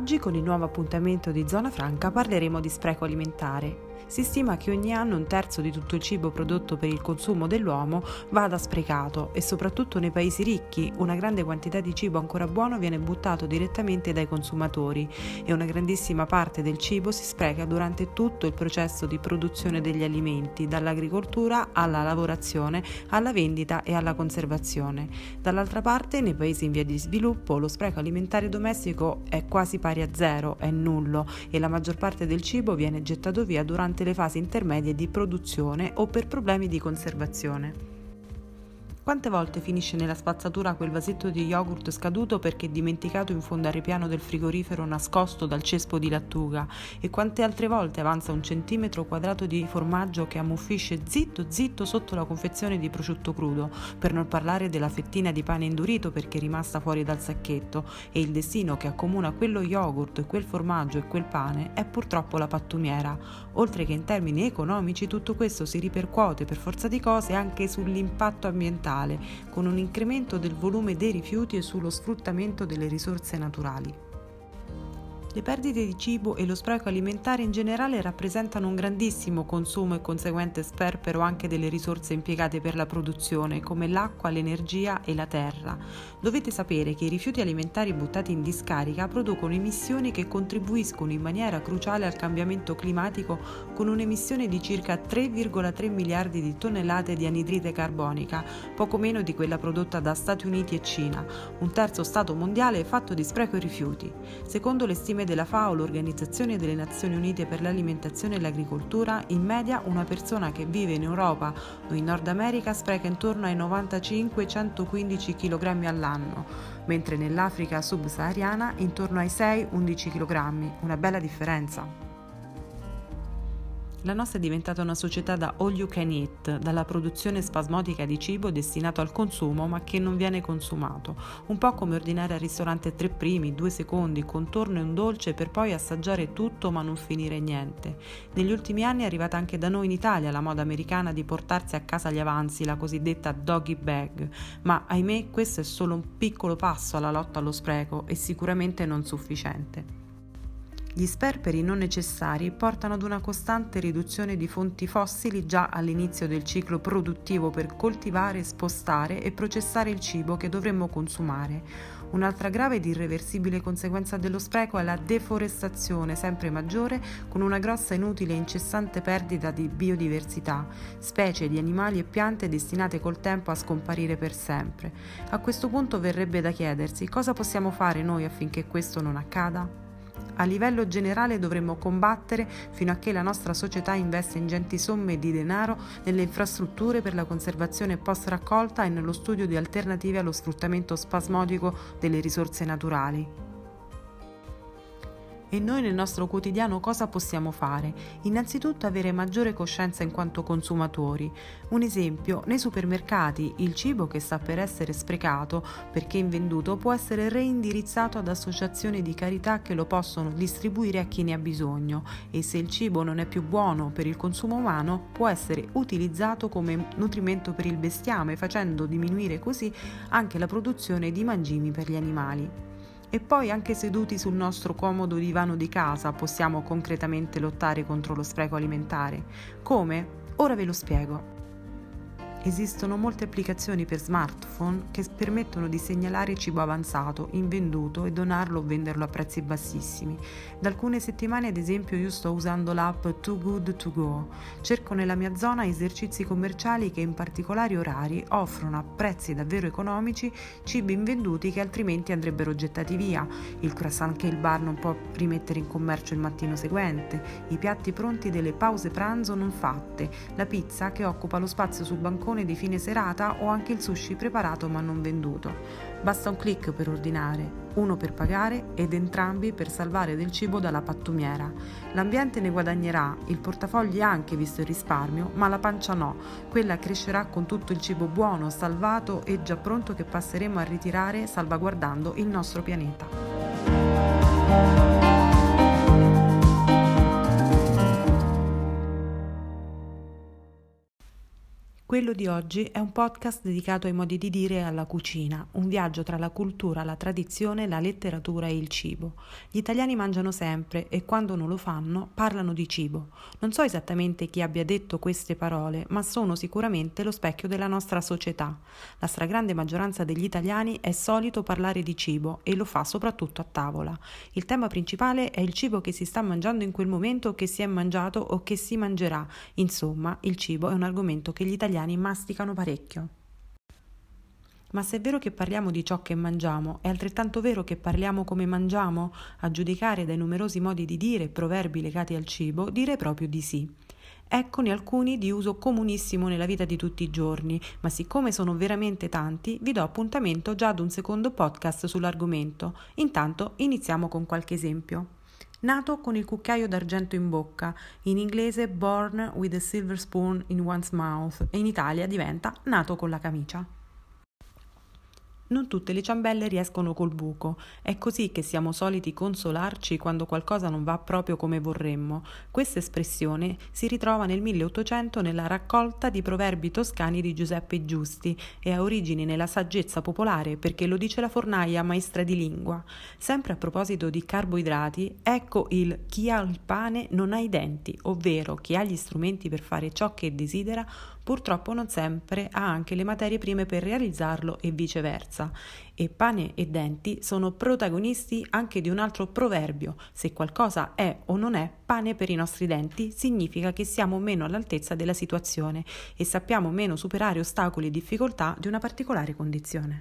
Oggi con il nuovo appuntamento di Zona Franca parleremo di spreco alimentare. Si stima che ogni anno un terzo di tutto il cibo prodotto per il consumo dell'uomo vada sprecato e soprattutto nei paesi ricchi una grande quantità di cibo ancora buono viene buttato direttamente dai consumatori e una grandissima parte del cibo si spreca durante tutto il processo di produzione degli alimenti, dall'agricoltura alla lavorazione, alla vendita e alla conservazione. Dall'altra parte, nei paesi in via di sviluppo, lo spreco alimentare domestico è quasi pari a zero, è nullo e la maggior parte del cibo viene gettato via durante le fasi intermedie di produzione o per problemi di conservazione. Quante volte finisce nella spazzatura quel vasetto di yogurt scaduto perché dimenticato in fondo al ripiano del frigorifero nascosto dal cespo di lattuga e quante altre volte avanza un centimetro quadrato di formaggio che ammuffisce zitto zitto sotto la confezione di prosciutto crudo, per non parlare della fettina di pane indurito perché è rimasta fuori dal sacchetto, e il destino che accomuna quello yogurt, quel formaggio e quel pane è purtroppo la pattumiera. Oltre che in termini economici, tutto questo si ripercuote per forza di cose anche sull'impatto ambientale, con un incremento del volume dei rifiuti e sullo sfruttamento delle risorse naturali. Le perdite di cibo e lo spreco alimentare in generale rappresentano un grandissimo consumo e conseguente sperpero anche delle risorse impiegate per la produzione, come l'acqua, l'energia e la terra. Dovete sapere che i rifiuti alimentari buttati in discarica producono emissioni che contribuiscono in maniera cruciale al cambiamento climatico, con un'emissione di circa 3,3 miliardi di tonnellate di anidride carbonica, poco meno di quella prodotta da Stati Uniti e Cina, un terzo stato mondiale fatto di spreco e rifiuti. Secondo le stime della FAO, l'Organizzazione delle Nazioni Unite per l'Alimentazione e l'Agricoltura, in media una persona che vive in Europa o in Nord America spreca intorno ai 95-115 kg all'anno, mentre nell'Africa subsahariana intorno ai 6-11 kg, una bella differenza. La nostra è diventata una società da all you can eat, dalla produzione spasmodica di cibo destinato al consumo ma che non viene consumato, un po' come ordinare al ristorante 3 primi, 2 secondi, contorno e un dolce per poi assaggiare tutto ma non finire niente. Negli ultimi anni è arrivata anche da noi in Italia la moda americana di portarsi a casa gli avanzi, la cosiddetta doggy bag, ma ahimè questo è solo un piccolo passo alla lotta allo spreco e sicuramente non sufficiente. Gli sperperi non necessari portano ad una costante riduzione di fonti fossili già all'inizio del ciclo produttivo per coltivare, spostare e processare il cibo che dovremmo consumare. Un'altra grave ed irreversibile conseguenza dello spreco è la deforestazione sempre maggiore, con una grossa, inutile e incessante perdita di biodiversità, specie di animali e piante destinate col tempo a scomparire per sempre. A questo punto verrebbe da chiedersi cosa possiamo fare noi affinché questo non accada? A livello generale dovremmo combattere fino a che la nostra società investe ingenti somme di denaro nelle infrastrutture per la conservazione post-raccolta e nello studio di alternative allo sfruttamento spasmodico delle risorse naturali. E noi nel nostro quotidiano cosa possiamo fare? Innanzitutto avere maggiore coscienza in quanto consumatori. Un esempio, nei supermercati il cibo che sta per essere sprecato perché invenduto può essere reindirizzato ad associazioni di carità che lo possono distribuire a chi ne ha bisogno, e se il cibo non è più buono per il consumo umano può essere utilizzato come nutrimento per il bestiame, facendo diminuire così anche la produzione di mangimi per gli animali. E poi anche seduti sul nostro comodo divano di casa possiamo concretamente lottare contro lo spreco alimentare. Come? Ora ve lo spiego. Esistono molte applicazioni per smartphone che permettono di segnalare cibo avanzato, invenduto e donarlo o venderlo a prezzi bassissimi. Da alcune settimane, ad esempio, io sto usando l'app Too Good To Go. Cerco nella mia zona esercizi commerciali che in particolari orari offrono a prezzi davvero economici cibi invenduti che altrimenti andrebbero gettati via, il croissant che il bar non può rimettere in commercio il mattino seguente, i piatti pronti delle pause pranzo non fatte, la pizza che occupa lo spazio sul bancone di fine serata o anche il sushi preparato ma non venduto. Basta un click per ordinare, uno per pagare ed entrambi per salvare del cibo dalla pattumiera. L'ambiente ne guadagnerà, il portafogli anche visto il risparmio, ma la pancia no, quella crescerà con tutto il cibo buono, salvato e già pronto che passeremo a ritirare salvaguardando il nostro pianeta. Quello di oggi è un podcast dedicato ai modi di dire e alla cucina, un viaggio tra la cultura, la tradizione, la letteratura e il cibo. Gli italiani mangiano sempre e quando non lo fanno parlano di cibo. Non so esattamente chi abbia detto queste parole, ma sono sicuramente lo specchio della nostra società. La stragrande maggioranza degli italiani è solito parlare di cibo e lo fa soprattutto a tavola. Il tema principale è il cibo che si sta mangiando in quel momento, che si è mangiato o che si mangerà. Insomma, il cibo è un argomento che gli italiani masticano parecchio. Ma se è vero che parliamo di ciò che mangiamo, è altrettanto vero che parliamo come mangiamo? A giudicare dai numerosi modi di dire e proverbi legati al cibo, direi proprio di sì. Eccone alcuni di uso comunissimo nella vita di tutti i giorni, ma siccome sono veramente tanti, vi do appuntamento già ad un secondo podcast sull'argomento. Intanto iniziamo con qualche esempio. Nato con il cucchiaio d'argento in bocca, in inglese born with a silver spoon in one's mouth e in Italia diventa nato con la camicia. Non tutte le ciambelle riescono col buco, è così che siamo soliti consolarci quando qualcosa non va proprio come vorremmo. Questa espressione si ritrova nel 1800 nella raccolta di proverbi toscani di Giuseppe Giusti e ha origini nella saggezza popolare perché lo dice la fornaia maestra di lingua. Sempre a proposito di carboidrati, ecco il chi ha il pane non ha i denti, ovvero chi ha gli strumenti per fare ciò che desidera purtroppo non sempre ha anche le materie prime per realizzarlo e viceversa. E pane e denti sono protagonisti anche di un altro proverbio. Se qualcosa è o non è pane per i nostri denti, significa che siamo meno all'altezza della situazione e sappiamo meno superare ostacoli e difficoltà di una particolare condizione.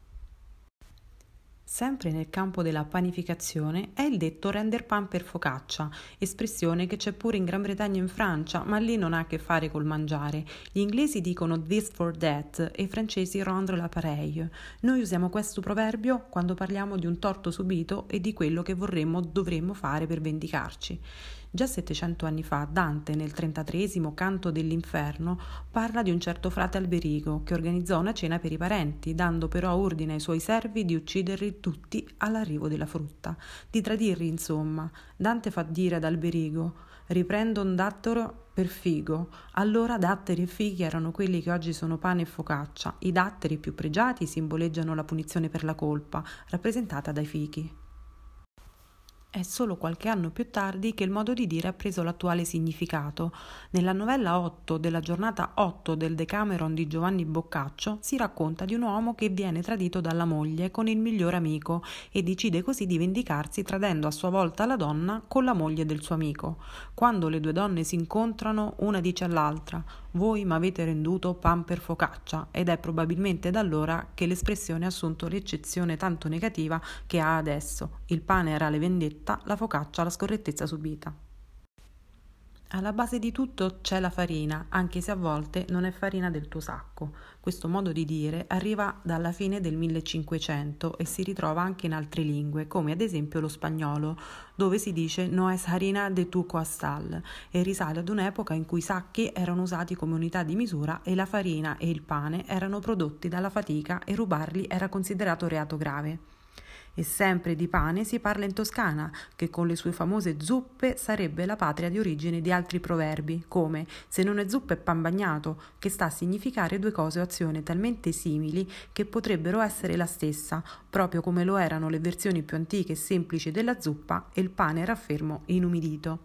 Sempre nel campo della panificazione è il detto render pan per focaccia, espressione che c'è pure in Gran Bretagna e in Francia, ma lì non ha a che fare col mangiare. Gli inglesi dicono this for that e i francesi rendre l'appareil. Noi usiamo questo proverbio quando parliamo di un torto subito e di quello che dovremmo fare per vendicarci. Già 700 anni fa Dante, nel 33esimo Canto dell'Inferno, parla di un certo frate Alberigo che organizzò una cena per i parenti, dando però ordine ai suoi servi di ucciderli tutti all'arrivo della frutta, di tradirli insomma. Dante fa dire ad Alberigo «Riprendon dattero per figo». Allora datteri e fighi erano quelli che oggi sono pane e focaccia. I datteri più pregiati simboleggiano la punizione per la colpa, rappresentata dai fichi. È solo qualche anno più tardi che il modo di dire ha preso l'attuale significato. Nella novella 8 della giornata 8 del Decameron di Giovanni Boccaccio si racconta di un uomo che viene tradito dalla moglie con il miglior amico e decide così di vendicarsi tradendo a sua volta la donna con la moglie del suo amico. Quando le due donne si incontrano, una dice all'altra «Voi m'avete renduto pan per focaccia» ed è probabilmente da allora che l'espressione ha assunto l'accezione tanto negativa che ha adesso. Il pane era le vendette, la focaccia la scorrettezza subita. Alla base di tutto c'è la farina, anche se a volte non è farina del tuo sacco. Questo modo di dire arriva dalla fine del 1500 e si ritrova anche in altre lingue, come ad esempio lo spagnolo, dove si dice no es harina de tu costal e risale ad un'epoca in cui i sacchi erano usati come unità di misura e la farina e il pane erano prodotti dalla fatica e rubarli era considerato reato grave. E sempre di pane si parla in Toscana, che con le sue famose zuppe sarebbe la patria di origine di altri proverbi, come se non è zuppa è pan bagnato, che sta a significare due cose o azioni talmente simili che potrebbero essere la stessa, proprio come lo erano le versioni più antiche e semplici della zuppa e il pane raffermo inumidito.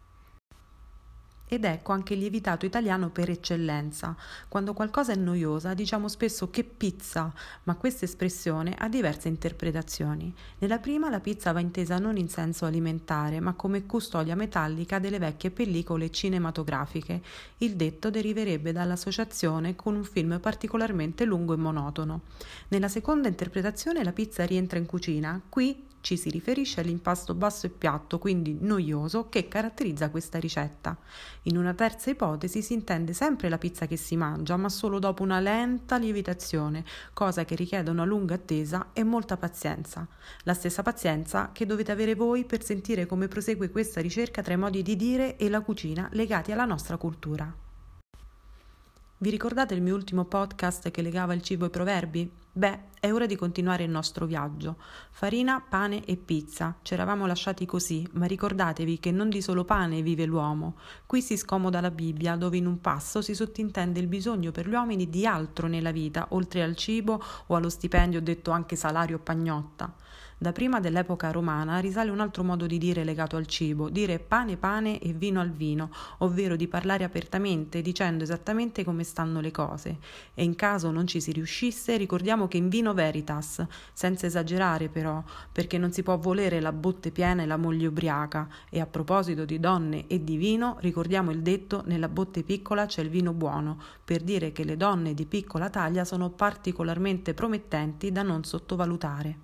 Ed ecco anche il lievitato italiano per eccellenza. Quando qualcosa è noiosa diciamo spesso che pizza, ma questa espressione ha diverse interpretazioni. Nella prima la pizza va intesa non in senso alimentare, ma come custodia metallica delle vecchie pellicole cinematografiche. Il detto deriverebbe dall'associazione con un film particolarmente lungo e monotono. Nella seconda interpretazione la pizza rientra in cucina. Qui ci si riferisce all'impasto basso e piatto, quindi noioso, che caratterizza questa ricetta. In una terza ipotesi si intende sempre la pizza che si mangia, ma solo dopo una lenta lievitazione, cosa che richiede una lunga attesa e molta pazienza. La stessa pazienza che dovete avere voi per sentire come prosegue questa ricerca tra i modi di dire e la cucina legati alla nostra cultura. Vi ricordate il mio ultimo podcast che legava il cibo ai proverbi? Beh, è ora di continuare il nostro viaggio. Farina, pane e pizza. Ci eravamo lasciati così, ma ricordatevi che non di solo pane vive l'uomo. Qui si scomoda la Bibbia, dove in un passo si sottintende il bisogno per gli uomini di altro nella vita, oltre al cibo o allo stipendio, detto anche salario o pagnotta. Da prima dell'epoca romana risale un altro modo di dire legato al cibo, dire pane pane e vino al vino, ovvero di parlare apertamente, dicendo esattamente come stanno le cose. E in caso non ci si riuscisse, ricordiamo che in vino veritas, senza esagerare però, perché non si può volere la botte piena e la moglie ubriaca. E a proposito di donne e di vino, ricordiamo il detto nella botte piccola c'è il vino buono, per dire che le donne di piccola taglia sono particolarmente promettenti da non sottovalutare.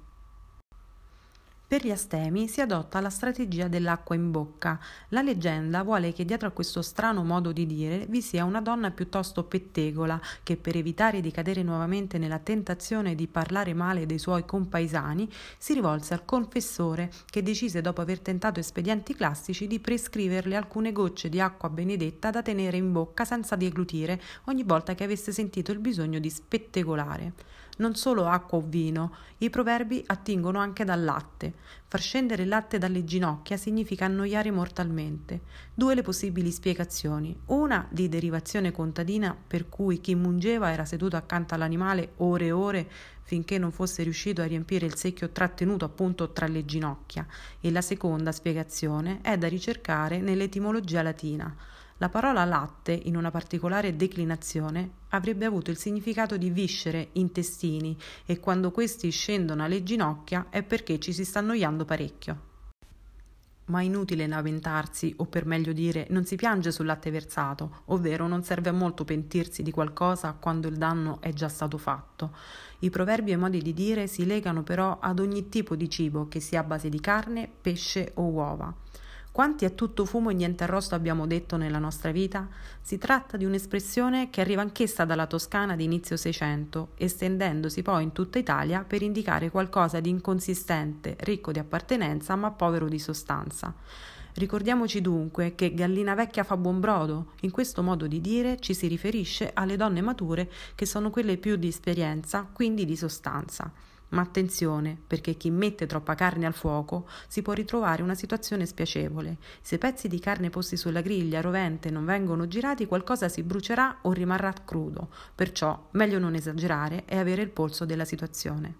Per gli astemi si adotta la strategia dell'acqua in bocca. La leggenda vuole che dietro a questo strano modo di dire vi sia una donna piuttosto pettegola che, per evitare di cadere nuovamente nella tentazione di parlare male dei suoi compaesani, si rivolse al confessore, che decise, dopo aver tentato espedienti classici, di prescriverle alcune gocce di acqua benedetta da tenere in bocca senza deglutire ogni volta che avesse sentito il bisogno di spettegolare. Non solo acqua o vino, i proverbi attingono anche dal latte. Far scendere il latte dalle ginocchia significa annoiare mortalmente. Due le possibili spiegazioni: una di derivazione contadina, per cui chi mungeva era seduto accanto all'animale ore e ore finché non fosse riuscito a riempire il secchio trattenuto appunto tra le ginocchia, e la seconda spiegazione è da ricercare nell'etimologia latina. La parola latte, in una particolare declinazione, avrebbe avuto il significato di viscere, intestini, e quando questi scendono alle ginocchia è perché ci si sta annoiando parecchio. Ma è inutile lamentarsi, o per meglio dire, non si piange sul latte versato, ovvero non serve a molto pentirsi di qualcosa quando il danno è già stato fatto. I proverbi e i modi di dire si legano però ad ogni tipo di cibo, che sia a base di carne, pesce o uova. Quanti è tutto fumo e niente arrosto abbiamo detto nella nostra vita? Si tratta di un'espressione che arriva anch'essa dalla Toscana di inizio Seicento, estendendosi poi in tutta Italia per indicare qualcosa di inconsistente, ricco di appartenenza ma povero di sostanza. Ricordiamoci dunque che gallina vecchia fa buon brodo. In questo modo di dire ci si riferisce alle donne mature, che sono quelle più di esperienza, quindi di sostanza. Ma attenzione, perché chi mette troppa carne al fuoco si può ritrovare una situazione spiacevole. Se pezzi di carne posti sulla griglia rovente non vengono girati, qualcosa si brucerà o rimarrà crudo. Perciò meglio non esagerare e avere il polso della situazione.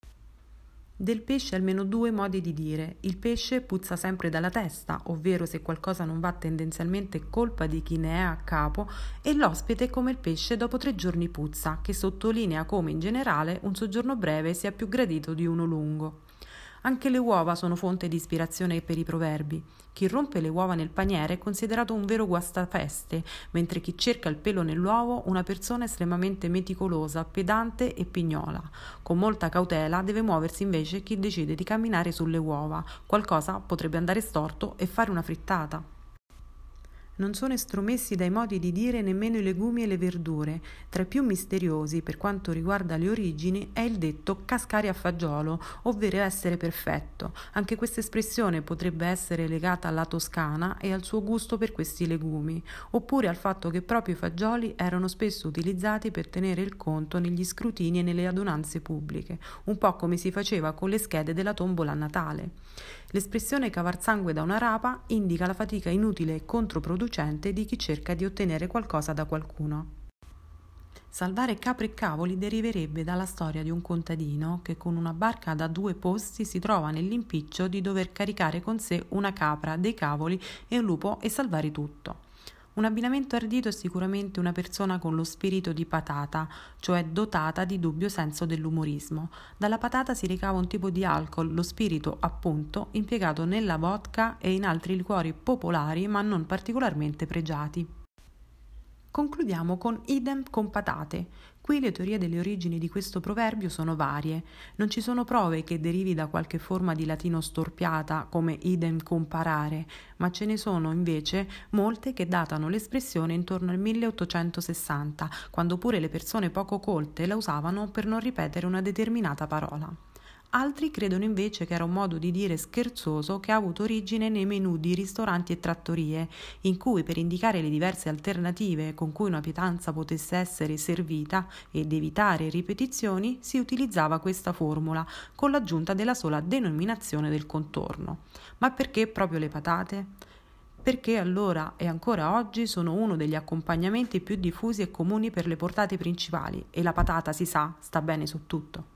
Del pesce almeno due modi di dire. Il pesce puzza sempre dalla testa, ovvero se qualcosa non va tendenzialmente è colpa di chi ne è a capo, e l'ospite come il pesce dopo 3 giorni puzza, che sottolinea come in generale un soggiorno breve sia più gradito di uno lungo. Anche le uova sono fonte di ispirazione per i proverbi. Chi rompe le uova nel paniere è considerato un vero guastafeste, mentre chi cerca il pelo nell'uovo una persona estremamente meticolosa, pedante e pignola. Con molta cautela deve muoversi invece chi decide di camminare sulle uova. Qualcosa potrebbe andare storto e fare una frittata. Non sono estromessi dai modi di dire nemmeno i legumi e le verdure. Tra i più misteriosi, per quanto riguarda le origini, è il detto cascare a fagiolo, ovvero essere perfetto. Anche questa espressione potrebbe essere legata alla Toscana e al suo gusto per questi legumi, oppure al fatto che proprio i fagioli erano spesso utilizzati per tenere il conto negli scrutini e nelle adunanze pubbliche, un po' come si faceva con le schede della tombola a Natale. L'espressione cavar sangue da una rapa indica la fatica inutile e controproducente di chi cerca di ottenere qualcosa da qualcuno. Salvare capre e cavoli deriverebbe dalla storia di un contadino che con una barca da 2 posti si trova nell'impiccio di dover caricare con sé una capra, dei cavoli e un lupo e salvare tutto. Un abbinamento ardito è sicuramente una persona con lo spirito di patata, cioè dotata di dubbio senso dell'umorismo. Dalla patata si ricava un tipo di alcol, lo spirito, appunto, impiegato nella vodka e in altri liquori popolari ma non particolarmente pregiati. Concludiamo con idem con patate. Qui le teorie delle origini di questo proverbio sono varie. Non ci sono prove che derivi da qualche forma di latino storpiata come idem comparare, ma ce ne sono invece molte che datano l'espressione intorno al 1860, quando pure le persone poco colte la usavano per non ripetere una determinata parola. Altri credono invece che era un modo di dire scherzoso che ha avuto origine nei menù di ristoranti e trattorie, in cui per indicare le diverse alternative con cui una pietanza potesse essere servita ed evitare ripetizioni si utilizzava questa formula, con l'aggiunta della sola denominazione del contorno. Ma perché proprio le patate? Perché allora e ancora oggi sono uno degli accompagnamenti più diffusi e comuni per le portate principali e la patata, si sa, sta bene su tutto.